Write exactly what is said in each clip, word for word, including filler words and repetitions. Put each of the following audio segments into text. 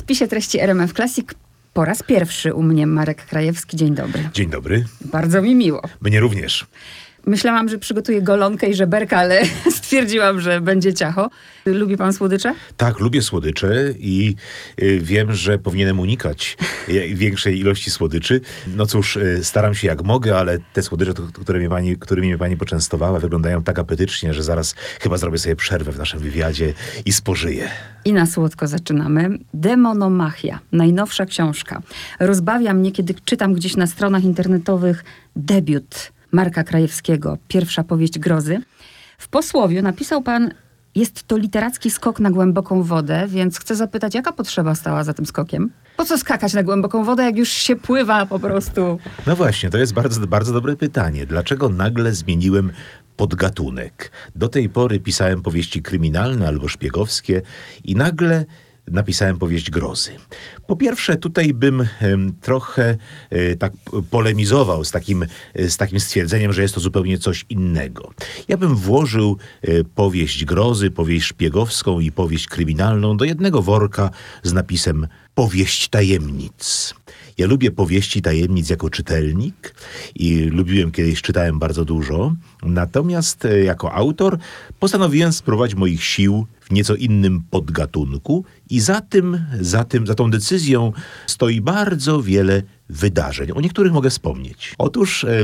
wpisie treści R M F Classic po raz pierwszy u mnie Marek Krajewski. Dzień dobry. Dzień dobry. Bardzo mi miło. Mnie również. Myślałam, że przygotuję golonkę i żeberka, ale stwierdziłam, że będzie ciacho. Lubi pan słodycze? Tak, lubię słodycze i y, wiem, że powinienem unikać y, większej ilości słodyczy. No cóż, y, staram się jak mogę, ale te słodycze, to, które mnie pani, którymi mnie pani poczęstowała, wyglądają tak apetycznie, że zaraz chyba zrobię sobie przerwę w naszym wywiadzie i spożyję. I na słodko zaczynamy. Demonomachia, najnowsza książka. Rozbawia mnie, kiedy czytam gdzieś na stronach internetowych debiut Marka Krajewskiego, pierwsza powieść grozy. W posłowiu napisał pan: jest to literacki skok na głęboką wodę, więc chcę zapytać, jaka potrzeba stała za tym skokiem? Po co skakać na głęboką wodę, jak już się pływa po prostu? No właśnie, to jest bardzo, bardzo dobre pytanie. Dlaczego nagle zmieniłem podgatunek? Do tej pory pisałem powieści kryminalne albo szpiegowskie i nagle napisałem powieść grozy. Po pierwsze, tutaj bym em, trochę e, tak polemizował z takim, e, z takim stwierdzeniem, że jest to zupełnie coś innego. Ja bym włożył e, powieść grozy, powieść szpiegowską i powieść kryminalną do jednego worka z napisem powieść tajemnic. Ja lubię powieści tajemnic jako czytelnik i lubiłem kiedyś, czytałem bardzo dużo. Natomiast e, jako autor postanowiłem spróbować moich sił w nieco innym podgatunku i za tym, za tym, za tą decyzją stoi bardzo wiele wydarzeń. O niektórych mogę wspomnieć. Otóż e,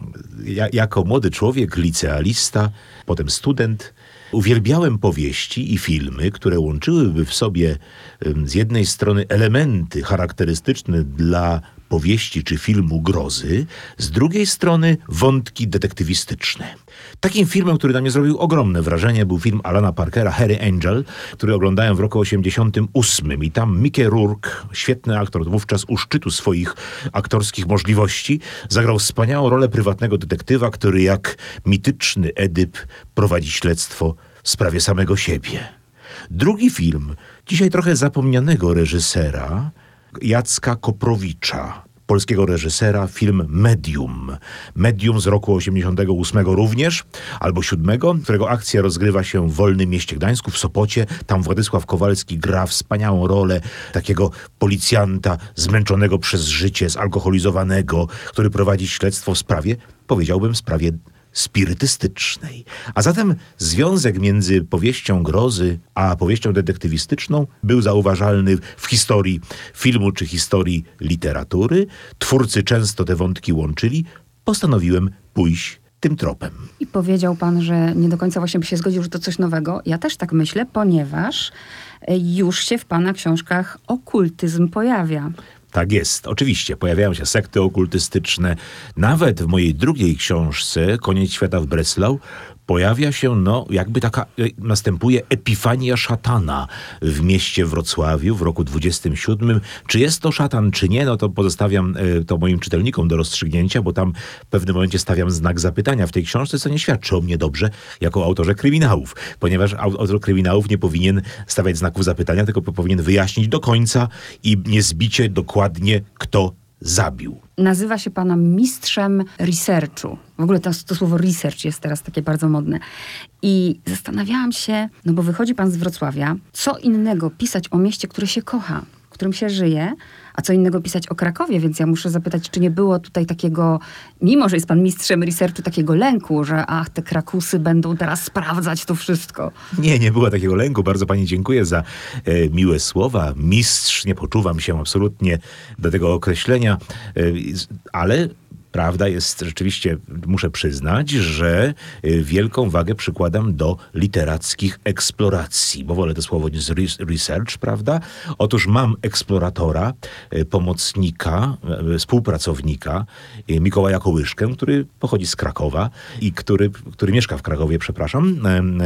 ja, jako młody człowiek, licealista, potem student, uwielbiałem powieści i filmy, które łączyłyby w sobie z jednej strony elementy charakterystyczne dla powieści czy filmu grozy, z drugiej strony wątki detektywistyczne. Takim filmem, który na mnie zrobił ogromne wrażenie, był film Alana Parkera Harry Angel, który oglądałem w roku osiemdziesiątym ósmym i tam Mickey Rourke, świetny aktor, wówczas u szczytu swoich aktorskich możliwości, zagrał wspaniałą rolę prywatnego detektywa, który jak mityczny Edyp prowadzi śledztwo w sprawie samego siebie. Drugi film, dzisiaj trochę zapomnianego reżysera, Jacka Koprowicza, polskiego reżysera, film Medium. Medium z roku osiemdziesiątego ósmego również, albo siódmego, którego akcja rozgrywa się w Wolnym Mieście Gdańsku, w Sopocie. Tam Władysław Kowalski gra wspaniałą rolę takiego policjanta zmęczonego przez życie, zalkoholizowanego, który prowadzi śledztwo w sprawie, powiedziałbym, w sprawie spirytystycznej. A zatem związek między powieścią grozy a powieścią detektywistyczną był zauważalny w historii filmu czy historii literatury. Twórcy często te wątki łączyli. Postanowiłem pójść tym tropem. I powiedział pan, że nie do końca właśnie by się zgodził, że to coś nowego. Ja też tak myślę, ponieważ już się w pana książkach okultyzm pojawia. Tak jest. Oczywiście pojawiają się sekty okultystyczne. Nawet w mojej drugiej książce, Koniec świata w Breslau, pojawia się, no, jakby taka, następuje epifania szatana w mieście Wrocławiu w roku dwudziestym siódmym. Czy jest to szatan, czy nie, no to pozostawiam e, to moim czytelnikom do rozstrzygnięcia, bo tam w pewnym momencie stawiam znak zapytania w tej książce, co nie świadczy o mnie dobrze jako autorze kryminałów, ponieważ autor kryminałów nie powinien stawiać znaków zapytania, tylko powinien wyjaśnić do końca i niezbicie dokładnie, kto zabił. Nazywa się pana mistrzem researchu. W ogóle to, to słowo research jest teraz takie bardzo modne. I zastanawiałam się, no bo wychodzi pan z Wrocławia, co innego pisać o mieście, które się kocha, w którym się żyje, a co innego pisać o Krakowie, więc ja muszę zapytać, czy nie było tutaj takiego, mimo że jest pan mistrzem researchu, takiego lęku, że ach, te krakusy będą teraz sprawdzać to wszystko. Nie, nie było takiego lęku. Bardzo pani dziękuję za e, miłe słowa. Mistrz, nie poczuwam się absolutnie do tego określenia, e, ale prawda jest rzeczywiście, muszę przyznać, że wielką wagę przykładam do literackich eksploracji, bo wolę to słowo niż research, prawda? Otóż mam eksploratora, pomocnika, współpracownika, Mikołaja Kołyszkę, który pochodzi z Krakowa i który, który mieszka w Krakowie, przepraszam.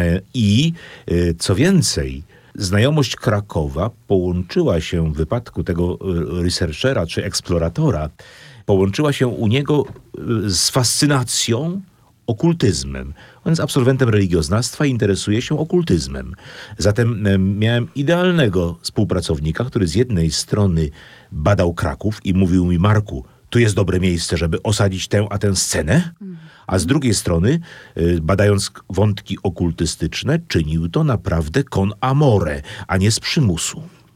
I co więcej, znajomość Krakowa połączyła się w wypadku tego researchera czy eksploratora, połączyła się u niego z fascynacją okultyzmem. On jest absolwentem religioznawstwa i interesuje się okultyzmem. Zatem miałem idealnego współpracownika, który z jednej strony badał Kraków i mówił mi: Marku, tu jest dobre miejsce, żeby osadzić tę a tę scenę, a z drugiej strony, badając wątki okultystyczne, czynił to naprawdę con amore, a nie z przymusu.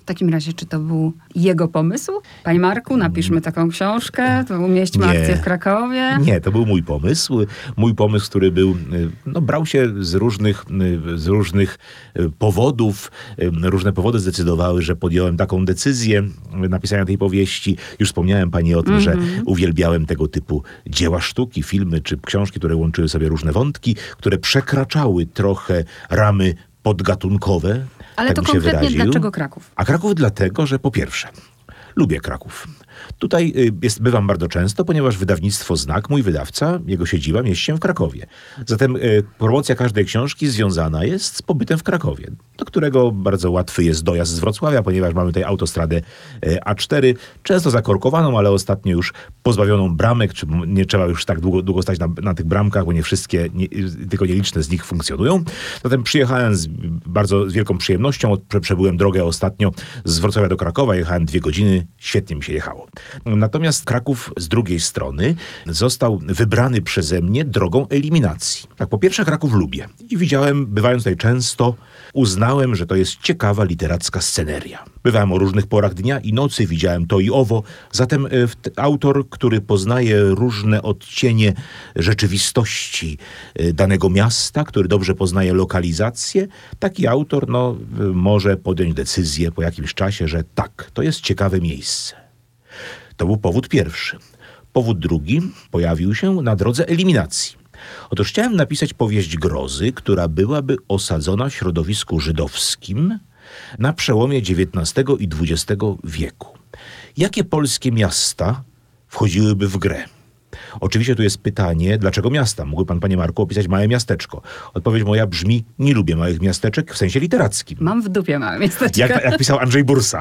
W takim razie, czy to był jego pomysł? Panie Marku, napiszmy taką książkę, to umieśćmy Nie. akcję w Krakowie. Nie, to był mój pomysł. Mój pomysł, który był, no, brał się z różnych, z różnych powodów. Różne powody zdecydowały, że podjąłem taką decyzję napisania tej powieści. Już wspomniałem pani o tym, mm-hmm. że uwielbiałem tego typu dzieła sztuki, filmy czy książki, które łączyły sobie różne wątki, które przekraczały trochę ramy podgatunkowe. Ale tak to mi się konkretnie wyraził. dlaczego Kraków? A Kraków dlatego, że po pierwsze, lubię Kraków. Tutaj jest, bywam bardzo często, ponieważ wydawnictwo Znak, mój wydawca, jego siedziba mieści się w Krakowie. Zatem y, promocja każdej książki związana jest z pobytem w Krakowie, do którego bardzo łatwy jest dojazd z Wrocławia, ponieważ mamy tutaj autostradę y, A cztery, często zakorkowaną, ale ostatnio już pozbawioną bramek, czy nie trzeba już tak długo, długo stać na, na tych bramkach, bo nie wszystkie, nie, tylko nieliczne z nich funkcjonują. Zatem przyjechałem z bardzo z wielką przyjemnością, przebyłem drogę ostatnio z Wrocławia do Krakowa, jechałem dwie godziny, świetnie mi się jechało. Natomiast Kraków z drugiej strony został wybrany przeze mnie drogą eliminacji. Tak, po pierwsze Kraków lubię i widziałem, bywając tutaj często, uznałem, że to jest ciekawa literacka sceneria. Bywałem o różnych porach dnia i nocy, widziałem to i owo. Zatem autor, który poznaje różne odcienie rzeczywistości danego miasta, który dobrze poznaje lokalizację, taki autor no, może podjąć decyzję po jakimś czasie, że tak, to jest ciekawe miejsce. To był powód pierwszy. Powód drugi pojawił się na drodze eliminacji. Otóż chciałem napisać powieść grozy, która byłaby osadzona w środowisku żydowskim na przełomie dziewiętnastego i dwudziestego wieku. Jakie polskie miasta wchodziłyby w grę? Oczywiście tu jest pytanie, dlaczego miasta? Mógłby pan, panie Marku, opisać małe miasteczko. Odpowiedź moja brzmi, nie lubię małych miasteczek w sensie literackim. Mam w dupie małe miasteczko. Jak, jak pisał Andrzej Bursa.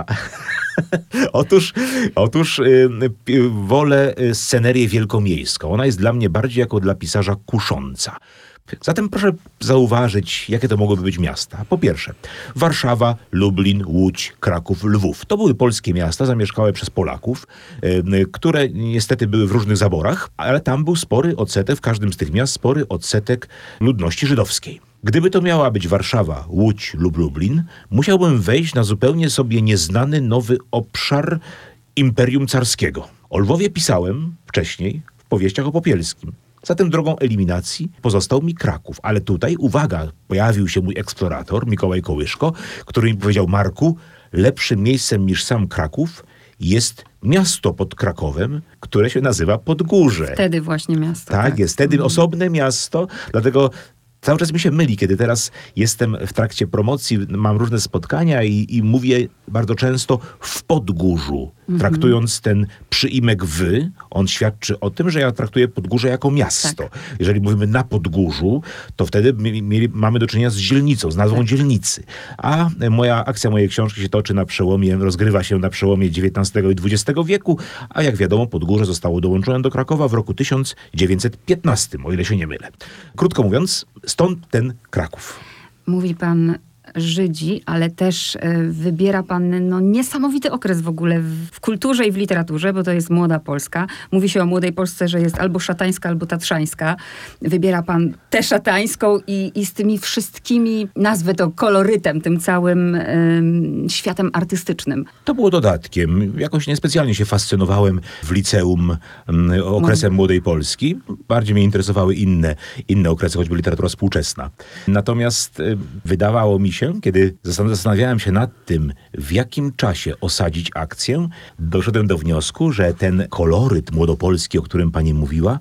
Otóż, otóż y, y, wolę scenerię wielkomiejską. Ona jest dla mnie bardziej jako dla pisarza kusząca. Zatem proszę zauważyć, jakie to mogłyby być miasta. Po pierwsze, Warszawa, Lublin, Łódź, Kraków, Lwów. To były polskie miasta zamieszkałe przez Polaków, y, które niestety były w różnych zaborach, ale tam był spory odsetek, w każdym z tych miast spory odsetek ludności żydowskiej. Gdyby to miała być Warszawa, Łódź lub Lublin, musiałbym wejść na zupełnie sobie nieznany nowy obszar Imperium Carskiego. O Lwowie pisałem wcześniej w powieściach o Popielskim. Zatem drogą eliminacji pozostał mi Kraków. Ale tutaj, uwaga, pojawił się mój eksplorator, Mikołaj Kołyszko, który mi powiedział: Marku, lepszym miejscem niż sam Kraków jest miasto pod Krakowem, które się nazywa Podgórze. Wtedy właśnie miasto. Tak, tak. jest wtedy Mhm. osobne miasto, dlatego cały czas mi się myli, kiedy teraz jestem w trakcie promocji, mam różne spotkania i, i mówię bardzo często w Podgórzu, mhm. traktując ten przyimek wy, on świadczy o tym, że ja traktuję Podgórze jako miasto. Tak. Jeżeli mówimy na Podgórzu, to wtedy mieli, mamy do czynienia z dzielnicą, z nazwą tak. dzielnicy. A moja akcja mojej książki się toczy na przełomie, rozgrywa się na przełomie dziewiętnastego i dwudziestego wieku, a jak wiadomo, Podgórze zostało dołączone do Krakowa w roku tysiąc dziewięćset piętnastym, o ile się nie mylę. Krótko mówiąc, stąd ten Kraków. Mówi pan Żydzi, ale też y, wybiera pan no, niesamowity okres w ogóle w, w kulturze i w literaturze, bo to jest młoda Polska. Mówi się o młodej Polsce, że jest albo szatańska, albo tatrzańska. Wybiera pan tę szatańską i, i z tymi wszystkimi, nazwę to kolorytem, tym całym y, światem artystycznym. To było dodatkiem. Jakoś niespecjalnie się fascynowałem w liceum y, okresem no. młodej Polski. Bardziej mnie interesowały inne, inne okresy, choćby literatura współczesna. Natomiast y, wydawało mi się, kiedy zastanawiałem się nad tym, w jakim czasie osadzić akcję, doszedłem do wniosku, że ten koloryt młodopolski, o którym pani mówiła,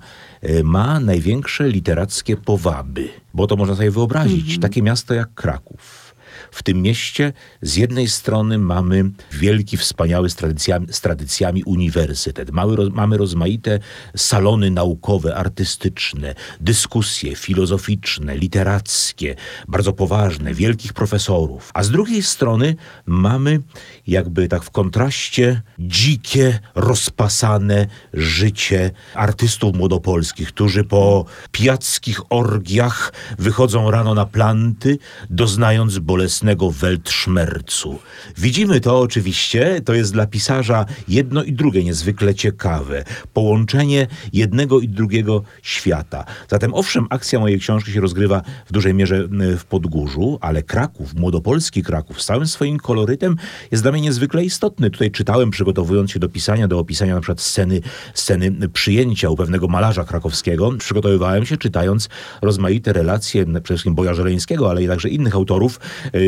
ma największe literackie powaby. Bo to można sobie wyobrazić. Mm-hmm. Takie miasto jak Kraków. W tym mieście z jednej strony mamy wielki, wspaniały z tradycjami, z tradycjami uniwersytet. Mamy, roz, mamy rozmaite salony naukowe, artystyczne, dyskusje filozoficzne, literackie, bardzo poważne, wielkich profesorów. A z drugiej strony mamy jakby tak w kontraście dzikie, rozpasane życie artystów młodopolskich, którzy po pijackich orgiach wychodzą rano na planty, doznając bolesnych bolesnego weltszmercu. Widzimy to oczywiście, to jest dla pisarza jedno i drugie niezwykle ciekawe. Połączenie jednego i drugiego świata. Zatem owszem, akcja mojej książki się rozgrywa w dużej mierze w Podgórzu, ale Kraków, młodopolski Kraków z całym swoim kolorytem jest dla mnie niezwykle istotny. Tutaj czytałem, przygotowując się do pisania, do opisania na przykład sceny, sceny przyjęcia u pewnego malarza krakowskiego. Przygotowywałem się czytając rozmaite relacje, przede wszystkim Boja Żeleńskiego, ale i także innych autorów,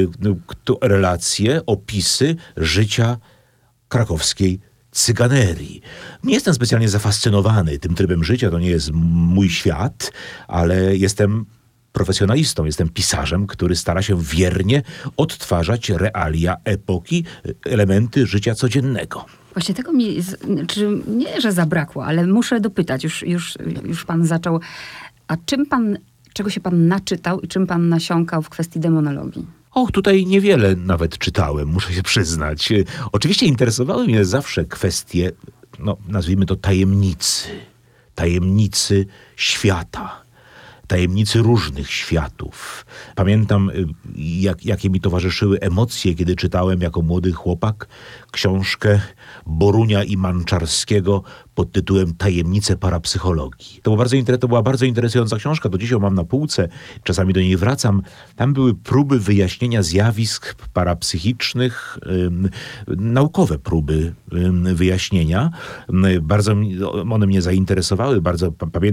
relacje, opisy życia krakowskiej cyganerii. Nie jestem specjalnie zafascynowany tym trybem życia, to nie jest mój świat, ale jestem profesjonalistą, jestem pisarzem, który stara się wiernie odtwarzać realia epoki, elementy życia codziennego. Właśnie tego mi, czy nie, że zabrakło, ale muszę dopytać, już, już, już pan zaczął. A czym pan, czego się pan naczytał i czym pan nasiąkał w kwestii demonologii? Och, tutaj niewiele nawet czytałem, muszę się przyznać. Oczywiście interesowały mnie zawsze kwestie, no nazwijmy to tajemnicy. Tajemnicy świata. Tajemnicy różnych światów. Pamiętam, jak, jakie mi towarzyszyły emocje, kiedy czytałem jako młody chłopak książkę Borunia i Manczarskiego pod tytułem Tajemnice parapsychologii. To, było bardzo, to była bardzo interesująca książka, do dziś ją mam na półce, czasami do niej wracam. Tam były próby wyjaśnienia zjawisk parapsychicznych, ym, naukowe próby ym, wyjaśnienia. Bardzo one mnie zainteresowały, bardzo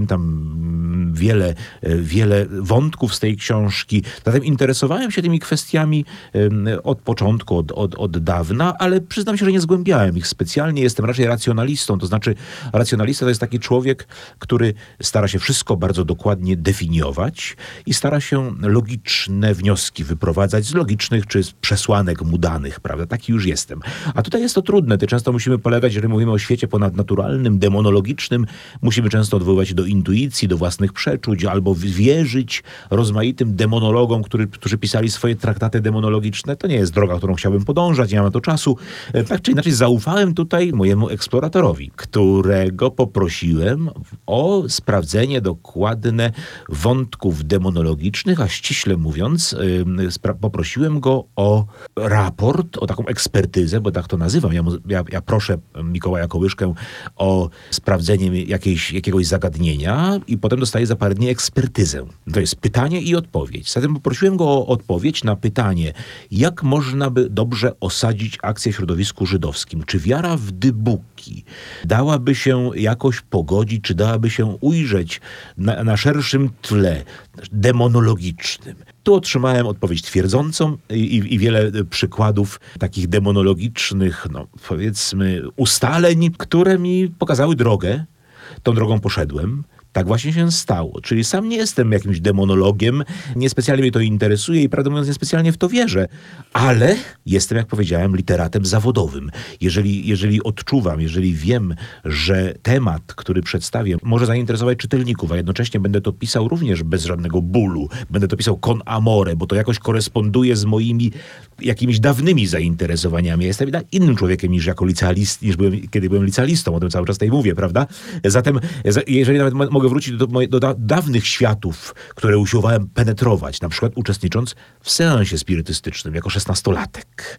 pamiętam wiele, wiele wątków z tej książki. Zatem interesowałem się tymi kwestiami ym, od początku, od, od, od dawna, ale przyznam się, że nie zgłębiałem ich specjalnie. Jestem raczej racjonalistą, to znaczy racjonalista to jest taki człowiek, który stara się wszystko bardzo dokładnie definiować i stara się logiczne wnioski wyprowadzać z logicznych czy z przesłanek mu danych, prawda? Taki już jestem. A tutaj jest to trudne. To często musimy polegać, jeżeli mówimy o świecie ponadnaturalnym, demonologicznym, musimy często odwoływać się do intuicji, do własnych przeczuć, albo wierzyć rozmaitym demonologom, który, którzy pisali swoje traktaty demonologiczne. To nie jest droga, którą chciałbym podążać, nie mam na to czasu. Tak czy inaczej zaufałem tutaj mojemu eksploratorowi, którego poprosiłem o sprawdzenie dokładne wątków demonologicznych, a ściśle mówiąc spra- poprosiłem go o raport, o taką ekspertyzę, bo tak to nazywam. Ja, ja, ja proszę Mikołaja Kołyszkę o sprawdzenie jakiejś, jakiegoś zagadnienia i potem dostaję za parę dni ekspertyzę. To jest pytanie i odpowiedź. Zatem poprosiłem go o odpowiedź na pytanie, jak można by dobrze osadzić akcję w środowisku żydowskim. Czy wiara w dybuki dałaby się jakoś pogodzić, czy dałaby się ujrzeć na, na szerszym tle demonologicznym? Tu otrzymałem odpowiedź twierdzącą i, i wiele przykładów takich demonologicznych, no powiedzmy, ustaleń, które mi pokazały drogę. Tą drogą poszedłem. Tak właśnie się stało. Czyli sam nie jestem jakimś demonologiem, niespecjalnie mnie to interesuje i prawdę mówiąc niespecjalnie w to wierzę, ale jestem, jak powiedziałem, literatem zawodowym. Jeżeli, jeżeli odczuwam, jeżeli wiem, że temat, który przedstawię, może zainteresować czytelników, a jednocześnie będę to pisał również bez żadnego bólu, będę to pisał con amore, bo to jakoś koresponduje z moimi jakimiś dawnymi zainteresowaniami. Ja jestem innym człowiekiem niż jako licealist, niż byłem, kiedy byłem licealistą, o tym cały czas tutaj mówię, prawda? Zatem, jeżeli nawet mogę wrócić do, do, do dawnych światów, które usiłowałem penetrować, na przykład uczestnicząc w seansie spirytystycznym jako szesnastolatek.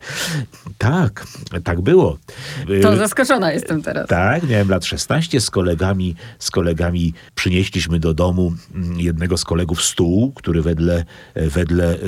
Tak, tak było. To zaskoczona jestem teraz. Tak, miałem lat szesnaście, z kolegami, z kolegami przynieśliśmy do domu jednego z kolegów stół, który wedle, wedle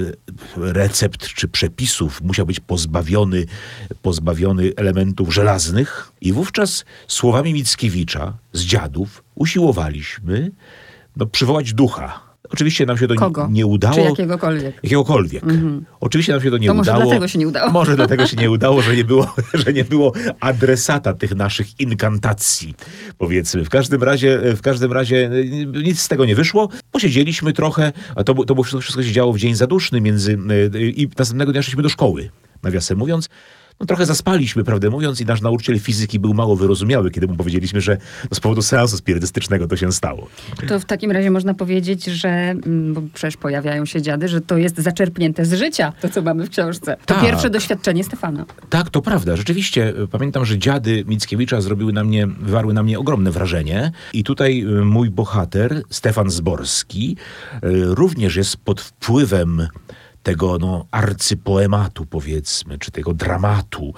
recept czy przepisów musiał być pozbawiony, pozbawiony elementów żelaznych i wówczas słowami Mickiewicza z Dziadów usiłowaliśmy no, przywołać ducha. Oczywiście nam się to Kogo? nie, nie udało. Czy jakiegokolwiek? Jakiegokolwiek. Mm-hmm. Oczywiście nam się to nie to może udało. Może dlatego się nie udało. Może dlatego się nie udało, że nie było, że nie było adresata tych naszych inkantacji, powiedzmy. W każdym razie, w każdym razie nic z tego nie wyszło. Posiedzieliśmy trochę, a to, to było wszystko się działo w dzień zaduszny między i następnego dnia szliśmy do szkoły, nawiasem mówiąc. No trochę zaspaliśmy, prawdę mówiąc, i nasz nauczyciel fizyki był mało wyrozumiały, kiedy mu powiedzieliśmy, że no, z powodu seansu spirytystycznego to się stało. To w takim razie można powiedzieć, że, bo przecież pojawiają się dziady, że to jest zaczerpnięte z życia, to co mamy w książce. To tak. Pierwsze doświadczenie Stefana. Tak, to prawda. Rzeczywiście pamiętam, że dziady Mickiewicza zrobiły na mnie, wywarły na mnie ogromne wrażenie i tutaj mój bohater, Stefan Zborski, również jest pod wpływem tego no, arcypoematu, powiedzmy, czy tego dramatu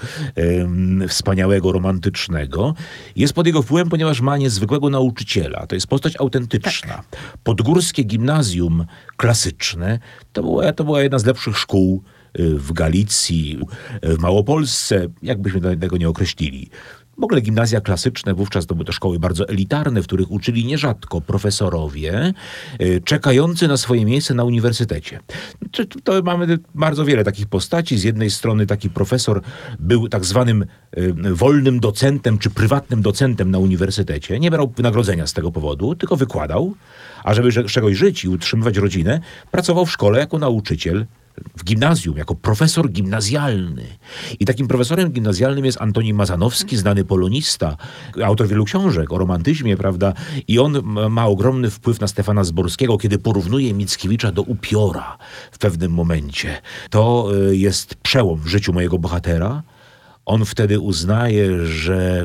em, wspaniałego, romantycznego, jest pod jego wpływem, ponieważ ma niezwykłego nauczyciela. To jest postać autentyczna. Tak. Podgórskie gimnazjum klasyczne to była, to była jedna z lepszych szkół w Galicji, w Małopolsce, jakbyśmy tego nie określili. W ogóle gimnazja klasyczne wówczas to były to szkoły bardzo elitarne, w których uczyli nierzadko profesorowie y, czekający na swoje miejsce na uniwersytecie. To, to mamy bardzo wiele takich postaci. Z jednej strony taki profesor był tak zwanym y, wolnym docentem czy prywatnym docentem na uniwersytecie. Nie brał wynagrodzenia z tego powodu, tylko wykładał, a żeby z czegoś żyć i utrzymywać rodzinę, pracował w szkole jako nauczyciel w gimnazjum, jako profesor gimnazjalny. I takim profesorem gimnazjalnym jest Antoni Mazanowski, znany polonista, autor wielu książek o romantyzmie, prawda? I on ma ogromny wpływ na Stefana Zborskiego, kiedy porównuje Mickiewicza do upiora w pewnym momencie. To jest przełom w życiu mojego bohatera. On wtedy uznaje, że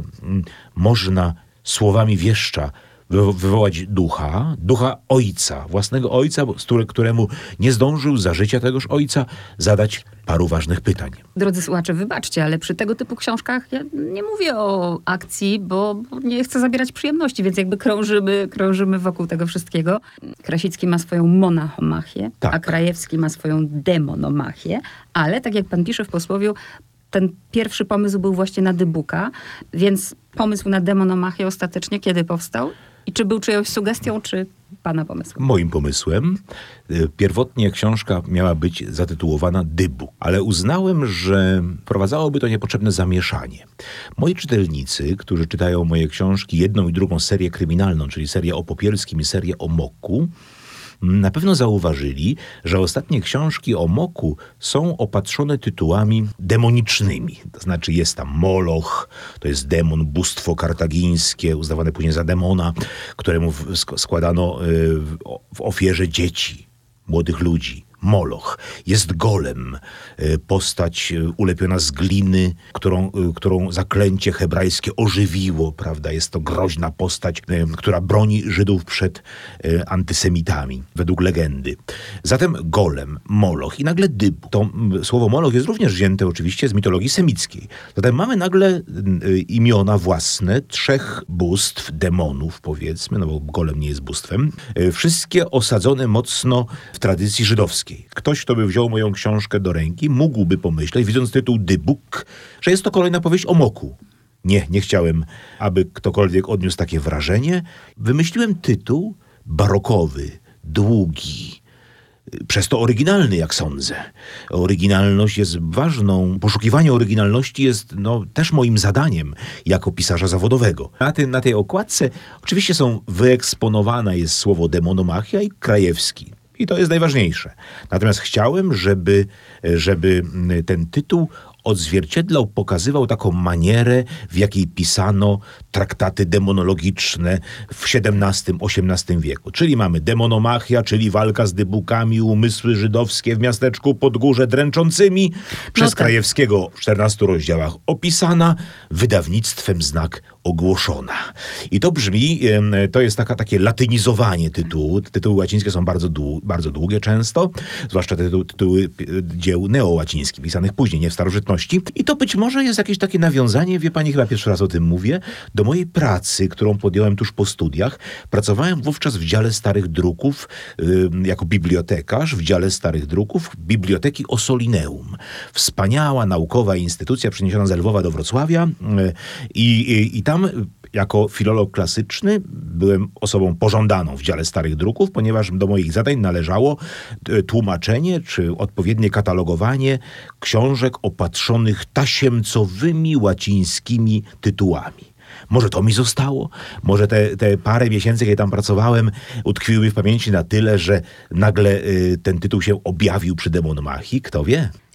można słowami wieszcza wywołać ducha, ducha ojca, własnego ojca, któremu nie zdążył za życia tegoż ojca zadać paru ważnych pytań. Drodzy słuchacze, wybaczcie, ale przy tego typu książkach ja nie mówię o akcji, bo nie chcę zabierać przyjemności, więc jakby krążymy, krążymy wokół tego wszystkiego. Krasicki ma swoją monachomachię, tak. A Krajewski ma swoją demonomachię, ale tak jak pan pisze w posłowiu, ten pierwszy pomysł był właśnie na Dybuka, więc pomysł na demonomachię ostatecznie kiedy powstał? I czy był czyjąś sugestią, czy pana pomysłem? Moim pomysłem. Pierwotnie książka miała być zatytułowana Dybuk, ale uznałem, że wprowadzałoby to niepotrzebne zamieszanie. Moi czytelnicy, którzy czytają moje książki, jedną i drugą serię kryminalną, czyli serię o Popielskim i serię o Moku, na pewno zauważyli, że ostatnie książki o Moku są opatrzone tytułami demonicznymi. To znaczy jest tam Moloch, to jest demon, bóstwo kartagińskie, uznawane później za demona, któremu składano w ofierze dzieci, młodych ludzi. Moloch. Jest golem, postać ulepiona z gliny, którą, którą zaklęcie hebrajskie ożywiło, prawda? Jest to groźna postać, która broni Żydów przed antysemitami, według legendy. Zatem golem, Moloch i nagle Dybuk. To słowo Moloch jest również wzięte oczywiście z mitologii semickiej. Zatem mamy nagle imiona własne trzech bóstw, demonów powiedzmy, no bo golem nie jest bóstwem. Wszystkie osadzone mocno w tradycji żydowskiej. Ktoś, kto by wziął moją książkę do ręki, mógłby pomyśleć, widząc tytuł Dybuk, że jest to kolejna powieść o Moku. Nie, nie chciałem, aby ktokolwiek odniósł takie wrażenie. Wymyśliłem tytuł barokowy, długi, przez to oryginalny, jak sądzę. Oryginalność jest ważną. Poszukiwanie oryginalności jest no, też moim zadaniem jako pisarza zawodowego. Na, tym, na tej okładce oczywiście są wyeksponowane jest słowo demonomachia i Krajewski. I to jest najważniejsze. Natomiast chciałem, żeby, żeby ten tytuł odzwierciedlał, pokazywał taką manierę, w jakiej pisano traktaty demonologiczne w siedemnastym, osiemnastym wieku. Czyli mamy demonomachia, czyli walka z dybukami, umysły żydowskie w miasteczku Podgórze dręczącymi, przez no tak. Krajewskiego w czternastu rozdziałach opisana, wydawnictwem Znak ogłoszona. I to brzmi, to jest taka, takie latynizowanie tytułu. Tytuły łacińskie są bardzo, dłu, bardzo długie często, zwłaszcza tytuły, tytuły dzieł neołacińskich, pisanych później, nie w starożytności. I to być może jest jakieś takie nawiązanie, wie pani, chyba pierwszy raz o tym mówię, do mojej pracy, którą podjąłem tuż po studiach. Pracowałem wówczas w dziale starych druków, yy, jako bibliotekarz w dziale starych druków Biblioteki Ossolineum. Wspaniała naukowa instytucja przeniesiona z Lwowa do Wrocławia yy, i, i tam jako filolog klasyczny byłem osobą pożądaną w dziale starych druków, ponieważ do moich zadań należało tłumaczenie czy odpowiednie katalogowanie książek opatrzonych tasiemcowymi łacińskimi tytułami. Może to mi zostało? Może te, te parę miesięcy, kiedy tam pracowałem, utkwiły mi w pamięci na tyle, że nagle y, ten tytuł się objawił przy demonomachii? Kto wie? Z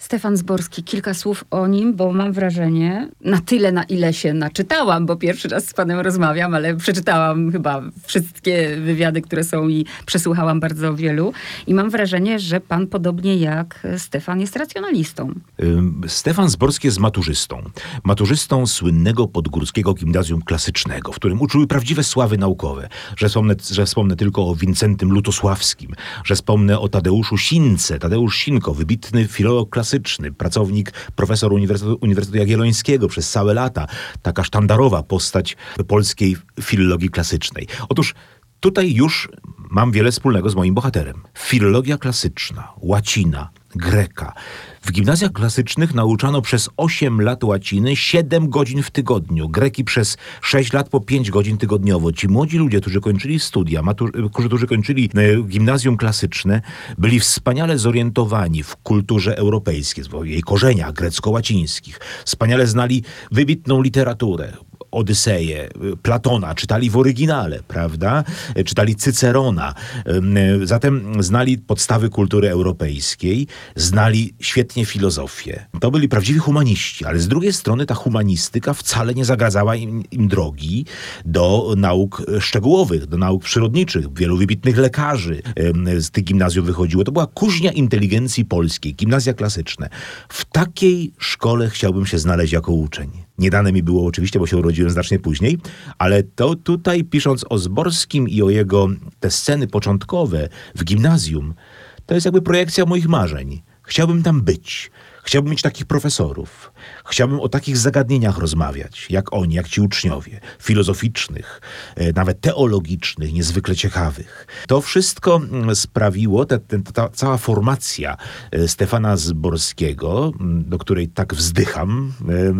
Stefan Zborski, kilka słów o nim, bo mam wrażenie, na tyle, na ile się naczytałam, bo pierwszy raz z panem rozmawiam, ale przeczytałam chyba wszystkie wywiady, które są i przesłuchałam bardzo wielu. I mam wrażenie, że pan podobnie jak Stefan jest racjonalistą. Stefan Zborski jest maturzystą. Maturzystą słynnego podgórskiego gimnazjum klasycznego, w którym uczyły prawdziwe sławy naukowe. Że wspomnę, że wspomnę tylko o Wincentym Lutosławskim, że wspomnę o Tadeuszu Since. Tadeusz Sinko, wybitny filolog klasyczny, pracownik, profesor Uniwersytetu, Uniwersytetu Jagiellońskiego przez całe lata. Taka sztandarowa postać polskiej filologii klasycznej. Otóż tutaj już mam wiele wspólnego z moim bohaterem. Filologia klasyczna, łacina, greka. W gimnazjach klasycznych nauczano przez osiem lat łaciny, siedem godzin w tygodniu. Greki przez sześć lat po pięć godzin tygodniowo. Ci młodzi ludzie, którzy kończyli studia, matur- którzy kończyli gimnazjum klasyczne, byli wspaniale zorientowani w kulturze europejskiej, w jej korzeniach grecko-łacińskich. Wspaniale znali wybitną literaturę. Odyseję, Platona, czytali w oryginale, prawda? Czytali Cycerona. Zatem znali podstawy kultury europejskiej, znali świetnie filozofię. To byli prawdziwi humaniści, ale z drugiej strony ta humanistyka wcale nie zagradzała im, im drogi do nauk szczegółowych, do nauk przyrodniczych. Wielu wybitnych lekarzy z tych gimnazjów wychodziło. To była kuźnia inteligencji polskiej, gimnazja klasyczne. W takiej szkole chciałbym się znaleźć jako uczeń. Nie dane mi było oczywiście, bo się urodziłem znacznie później, ale to tutaj, pisząc o Zborskim i o jego te sceny początkowe w gimnazjum, to jest jakby projekcja moich marzeń. Chciałbym tam być. Chciałbym mieć takich profesorów. Chciałbym o takich zagadnieniach rozmawiać, jak oni, jak ci uczniowie. Filozoficznych, nawet teologicznych, niezwykle ciekawych. To wszystko sprawiło, ta, ta, ta cała formacja Stefana Zborskiego, do której tak wzdycham,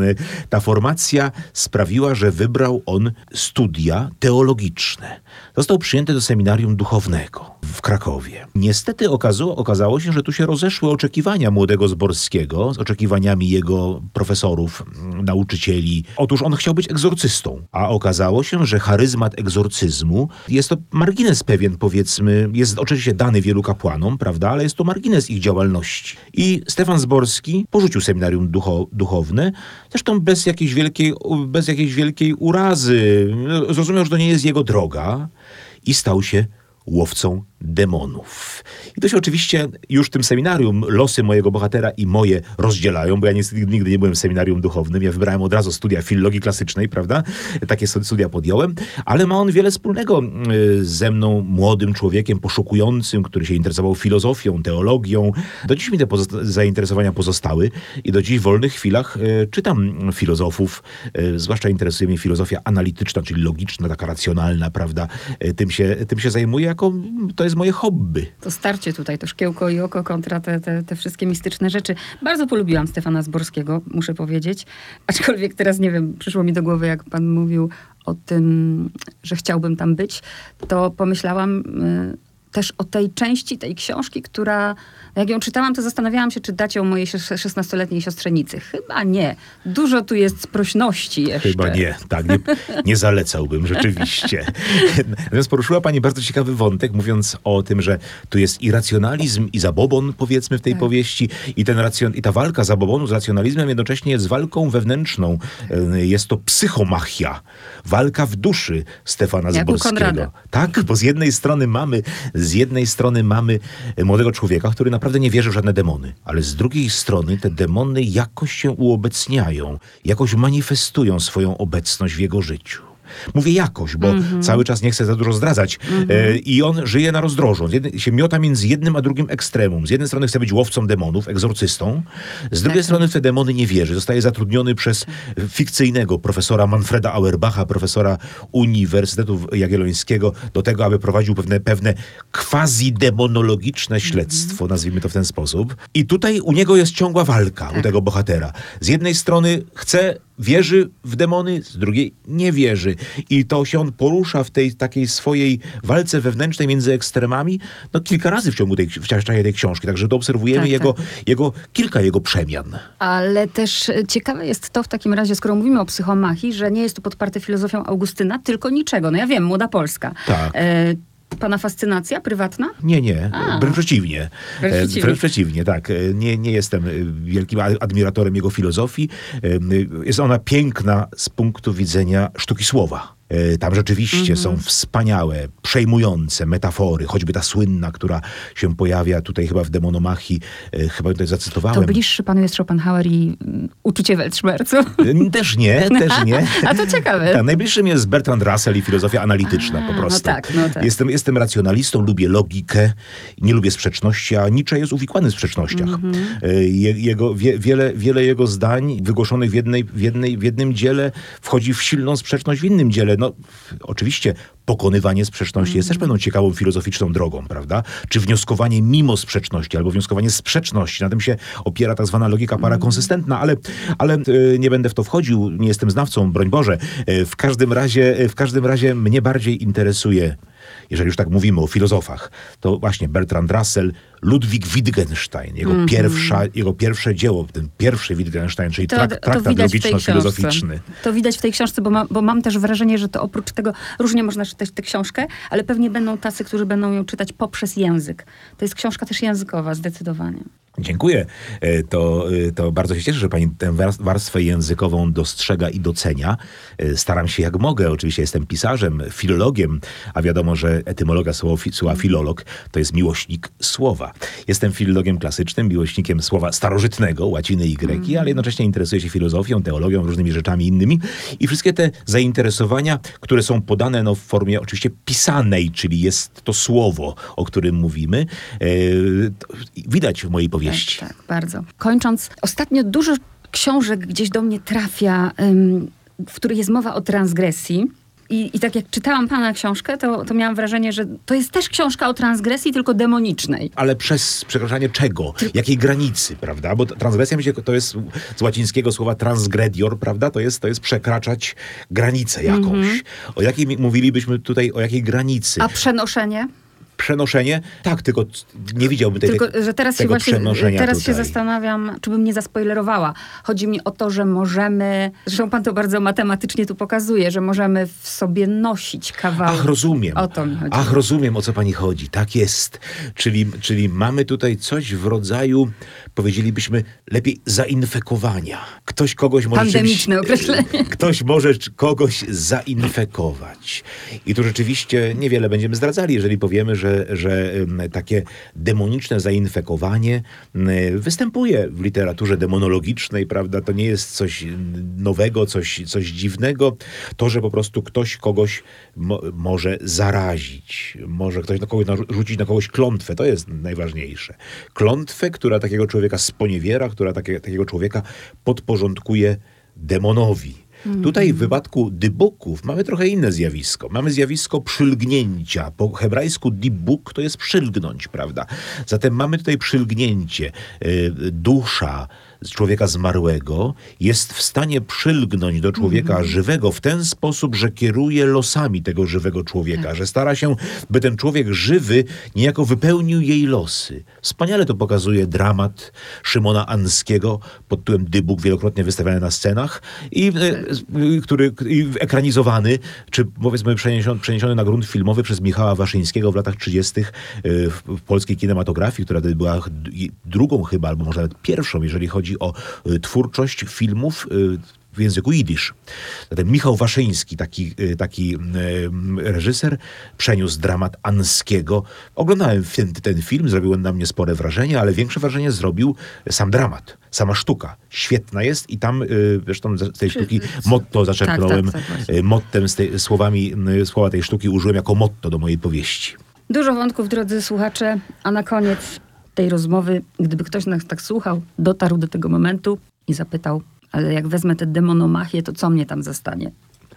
ta formacja sprawiła, że wybrał on studia teologiczne. Został przyjęty do seminarium duchownego w Krakowie. Niestety okazało, okazało się, że tu się rozeszły oczekiwania młodego Zborskiego z oczekiwaniami jego profesorów, nauczycieli. Otóż on chciał być egzorcystą, a okazało się, że charyzmat egzorcyzmu jest to margines pewien, powiedzmy, jest oczywiście dany wielu kapłanom, prawda, ale jest to margines ich działalności. I Stefan Zborski porzucił seminarium ducho, duchowne, zresztą bez jakiejś wielkiej, bez jakiejś wielkiej urazy. Zrozumiał, że to nie jest jego droga i stał się łowcą demonów. I to się oczywiście już w tym seminarium losy mojego bohatera i moje rozdzielają, bo ja niestety nigdy nie byłem w seminarium duchownym. Ja wybrałem od razu studia filologii klasycznej, prawda? Takie studia podjąłem, ale ma on wiele wspólnego ze mną, młodym człowiekiem poszukującym, który się interesował filozofią, teologią. Do dziś mi te pozosta- zainteresowania pozostały i do dziś w wolnych chwilach e, czytam filozofów, e, zwłaszcza interesuje mnie filozofia analityczna, czyli logiczna, taka racjonalna, prawda? E, tym się, tym się zajmuję jako, to jest moje hobby. To starcie tutaj, to szkiełko i oko kontra te, te, te wszystkie mistyczne rzeczy. Bardzo polubiłam Stefana Zborskiego, muszę powiedzieć. Aczkolwiek teraz, nie wiem, przyszło mi do głowy, jak pan mówił o tym, że chciałbym tam być, to pomyślałam y, też o tej części tej książki, która, jak ją czytałam, to zastanawiałam się, czy dać ją mojej szesnastoletniej siostrzenicy. Chyba nie. Dużo tu jest sprośności jeszcze. Chyba nie. Tak, nie, nie zalecałbym rzeczywiście. Natomiast poruszyła pani bardzo ciekawy wątek, mówiąc o tym, że tu jest i racjonalizm, i zabobon, powiedzmy, w tej tak. powieści. I, ten racjon- I ta walka zabobonu z racjonalizmem jednocześnie jest walką wewnętrzną. Jest to psychomachia. Walka w duszy Stefana Jak Zborskiego. u Konrada. Tak, bo z jednej strony mamy Z jednej strony mamy młodego człowieka, który naprawdę nie wierzy w żadne demony, ale z drugiej strony te demony jakoś się uobecniają, jakoś manifestują swoją obecność w jego życiu. Mówię jakoś, bo mm-hmm. cały czas nie chcę za dużo zdradzać. Mm-hmm. E, I on żyje na rozdrożu. Jedny, się miota między jednym a drugim ekstremum. Z jednej strony chce być łowcą demonów, egzorcystą. Z drugiej tak. strony w te demony nie wierzy. Zostaje zatrudniony przez fikcyjnego profesora Manfreda Auerbacha, profesora Uniwersytetu Jagiellońskiego, do tego, aby prowadził pewne, pewne quasi-demonologiczne śledztwo, mm-hmm. nazwijmy to w ten sposób. I tutaj u niego jest ciągła walka, tak. u tego bohatera. Z jednej strony chce, wierzy w demony, z drugiej nie wierzy. I to się on porusza w tej takiej swojej walce wewnętrznej między ekstremami, no kilka razy w ciągu tej, w czasie tej książki. Także to obserwujemy tak, jego, tak. jego, kilka jego przemian. Ale też ciekawe jest to w takim razie, skoro mówimy o psychomachii, że nie jest to podparte filozofią Augustyna, tylko niczego. No ja wiem, Młoda Polska. Tak. E, Pana fascynacja prywatna? Nie, nie. A. Wręcz przeciwnie. Wręcz E, przeciwnie. Wręcz przeciwnie, tak. E, Nie, nie jestem e, wielkim a- admiratorem jego filozofii. E, Jest ona piękna z punktu widzenia sztuki słowa. E, Tam rzeczywiście są wspaniałe, przejmujące metafory, choćby ta słynna, która się pojawia tutaj chyba w Demonomachii, e, chyba tutaj zacytowałem. To bliższy panu jest Schopenhauer i mm, uczucie Weltschmerzu. E, Też nie, też nie. A to ciekawe. Tak, najbliższym jest Bertrand Russell i filozofia analityczna A, po no prostu. tak, no tak. Jestem, jestem racjonalistą, lubię logikę, nie lubię sprzeczności, a Nietzsche jest uwikłany w sprzecznościach. Mhm. E, Je, jego, wie, wiele, wiele jego zdań wygłoszonych w, jednej, w, jednej, w jednym dziele wchodzi w silną sprzeczność w innym dziele. No, oczywiście pokonywanie sprzeczności jest też pewną ciekawą filozoficzną drogą, prawda? Czy wnioskowanie mimo sprzeczności, albo wnioskowanie z sprzeczności. Na tym się opiera tak zwana logika parakonsystentna, ale, ale e, nie będę w to wchodził, nie jestem znawcą, broń Boże. E, w każdym razie, w każdym razie mnie bardziej interesuje, jeżeli już tak mówimy o filozofach, to właśnie Bertrand Russell, Ludwig Wittgenstein, jego, Mhm. pierwsza, jego pierwsze dzieło, ten pierwszy Wittgenstein, czyli To, trak, to traktat widać w tej książce. logiczno-filozoficzny. To widać w tej książce, bo, ma, bo mam też wrażenie, że to oprócz tego różnie można czytać tę książkę, ale pewnie będą tacy, którzy będą ją czytać poprzez język. To jest książka też językowa, zdecydowanie. Dziękuję. E, To, e, to bardzo się cieszę, że pani tę wars- warstwę językową dostrzega i docenia. E, Staram się jak mogę. Oczywiście jestem pisarzem, filologiem, a wiadomo, że etymologa słowa, fi- słowa filolog to jest miłośnik słowa. Jestem filologiem klasycznym, miłośnikiem słowa starożytnego, łaciny i greki, ale jednocześnie interesuję się filozofią, teologią, różnymi rzeczami innymi. I wszystkie te zainteresowania, które są podane no, w formie oczywiście pisanej, czyli jest to słowo, o którym mówimy, e, to widać w mojej powieści. Tak, tak, bardzo. Kończąc, ostatnio dużo książek gdzieś do mnie trafia, ym, w których jest mowa o transgresji. I, I tak jak czytałam pana książkę, to, to miałam wrażenie, że to jest też książka o transgresji, tylko demonicznej. Ale przez przekroczenie czego? Jakiej granicy, prawda? Bo transgresja myślę, to jest z łacińskiego słowa transgredior, prawda? To jest, to jest przekraczać granicę jakąś. Mhm. O jakiej mi- mówilibyśmy tutaj, o jakiej granicy? A przenoszenie? Przenoszenie? Tak, tylko nie widziałbym tej, Tylko, że teraz się tego właśnie, przenoszenia teraz się tutaj. zastanawiam, czy bym nie zaspoilerowała. Chodzi mi o to, że możemy, zresztą pan to bardzo matematycznie tu pokazuje, że możemy w sobie nosić kawałek. Ach, rozumiem. O to mi chodzi. Ach, rozumiem, o co pani chodzi. Tak jest. Czyli, czyli mamy tutaj coś w rodzaju, powiedzielibyśmy, lepiej zainfekowania. Ktoś kogoś może Pandemiczne czymś, określenie. Ktoś może c- kogoś zainfekować. I tu rzeczywiście niewiele będziemy zdradzali, jeżeli powiemy, że, że em, takie demoniczne zainfekowanie em, występuje w literaturze demonologicznej, prawda? To nie jest coś nowego, coś, coś dziwnego. To, że po prostu ktoś kogoś mo- może zarazić, może ktoś na kogoś narzu- rzucić na kogoś klątwę, to jest najważniejsze. Klątwę, która takiego człowieka sponiewiera, która takie, takiego człowieka podporządkuje demonowi. Tutaj w wypadku dybuków mamy trochę inne zjawisko. Mamy zjawisko przylgnięcia. Po hebrajsku dibuk to jest przylgnąć, prawda? Zatem mamy tutaj przylgnięcie. Y, Dusza z człowieka zmarłego jest w stanie przylgnąć do człowieka Mhm. żywego w ten sposób, że kieruje losami tego żywego człowieka, Tak. że stara się, by ten człowiek żywy niejako wypełnił jej losy. Wspaniale to pokazuje dramat Szymona Anskiego pod tytułem Dybuk, wielokrotnie wystawiany na scenach i e, który i ekranizowany, czy powiedzmy przeniesiony, przeniesiony na grunt filmowy przez Michała Waszyńskiego w latach trzydziestych w, w polskiej kinematografii, która wtedy była ch- drugą chyba, albo może nawet pierwszą, jeżeli chodzi o y, twórczość filmów y, w języku jidysz. Zatem Michał Waszyński, taki, y, taki y, reżyser, przeniósł dramat Anskiego. Oglądałem ten, ten film, zrobił on na mnie spore wrażenie, ale większe wrażenie zrobił sam dramat, sama sztuka. Świetna jest i tam y, zresztą z tej sztuki motto zaczerpnąłem, Tak, tak, tak, właśnie. y, mottem z tej, słowami, y, słowa tej sztuki użyłem jako motto do mojej powieści. Dużo wątków, drodzy słuchacze, a na koniec tej rozmowy, gdyby ktoś nas tak słuchał, dotarł do tego momentu i zapytał, ale jak wezmę tę demonomachię, to co mnie tam zostanie?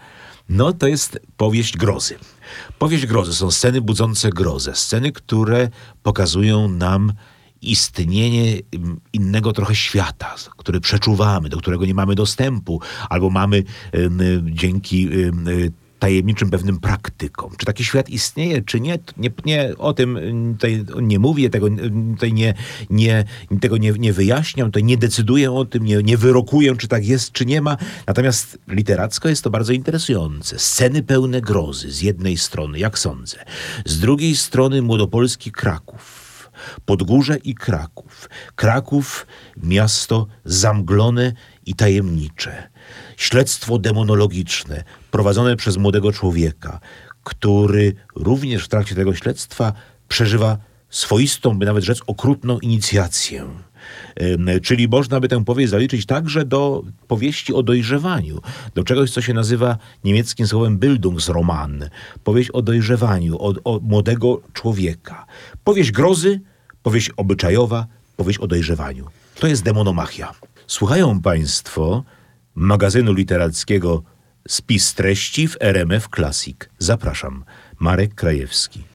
No, to jest powieść grozy. Powieść grozy są sceny budzące grozę. Sceny, które pokazują nam istnienie mm, innego trochę świata, który przeczuwamy, do którego nie mamy dostępu, albo mamy ym, dzięki ym, tajemniczym pewnym praktykom. Czy taki świat istnieje, czy nie? Nie, nie o tym tutaj nie mówię, tego, tutaj nie, nie, tego nie, nie wyjaśniam, tutaj nie decyduję o tym, nie, nie wyrokuję, czy tak jest, czy nie ma. Natomiast literacko jest to bardzo interesujące. Sceny pełne grozy z jednej strony, jak sądzę. Z drugiej strony młodopolski Kraków. Podgórze i Kraków. Kraków, miasto zamglone i tajemnicze. Śledztwo demonologiczne prowadzone przez młodego człowieka, który również w trakcie tego śledztwa przeżywa swoistą, by nawet rzec okrutną inicjację. Czyli można by tę powieść zaliczyć także do powieści o dojrzewaniu, do czegoś, co się nazywa niemieckim słowem Bildungsroman. Powieść o dojrzewaniu, o, o młodego człowieka. Powieść grozy, powieść obyczajowa, powieść o dojrzewaniu. To jest demonomachia. Słuchają Państwo magazynu literackiego Spis treści w R M F Classic. Zapraszam. Marek Krajewski.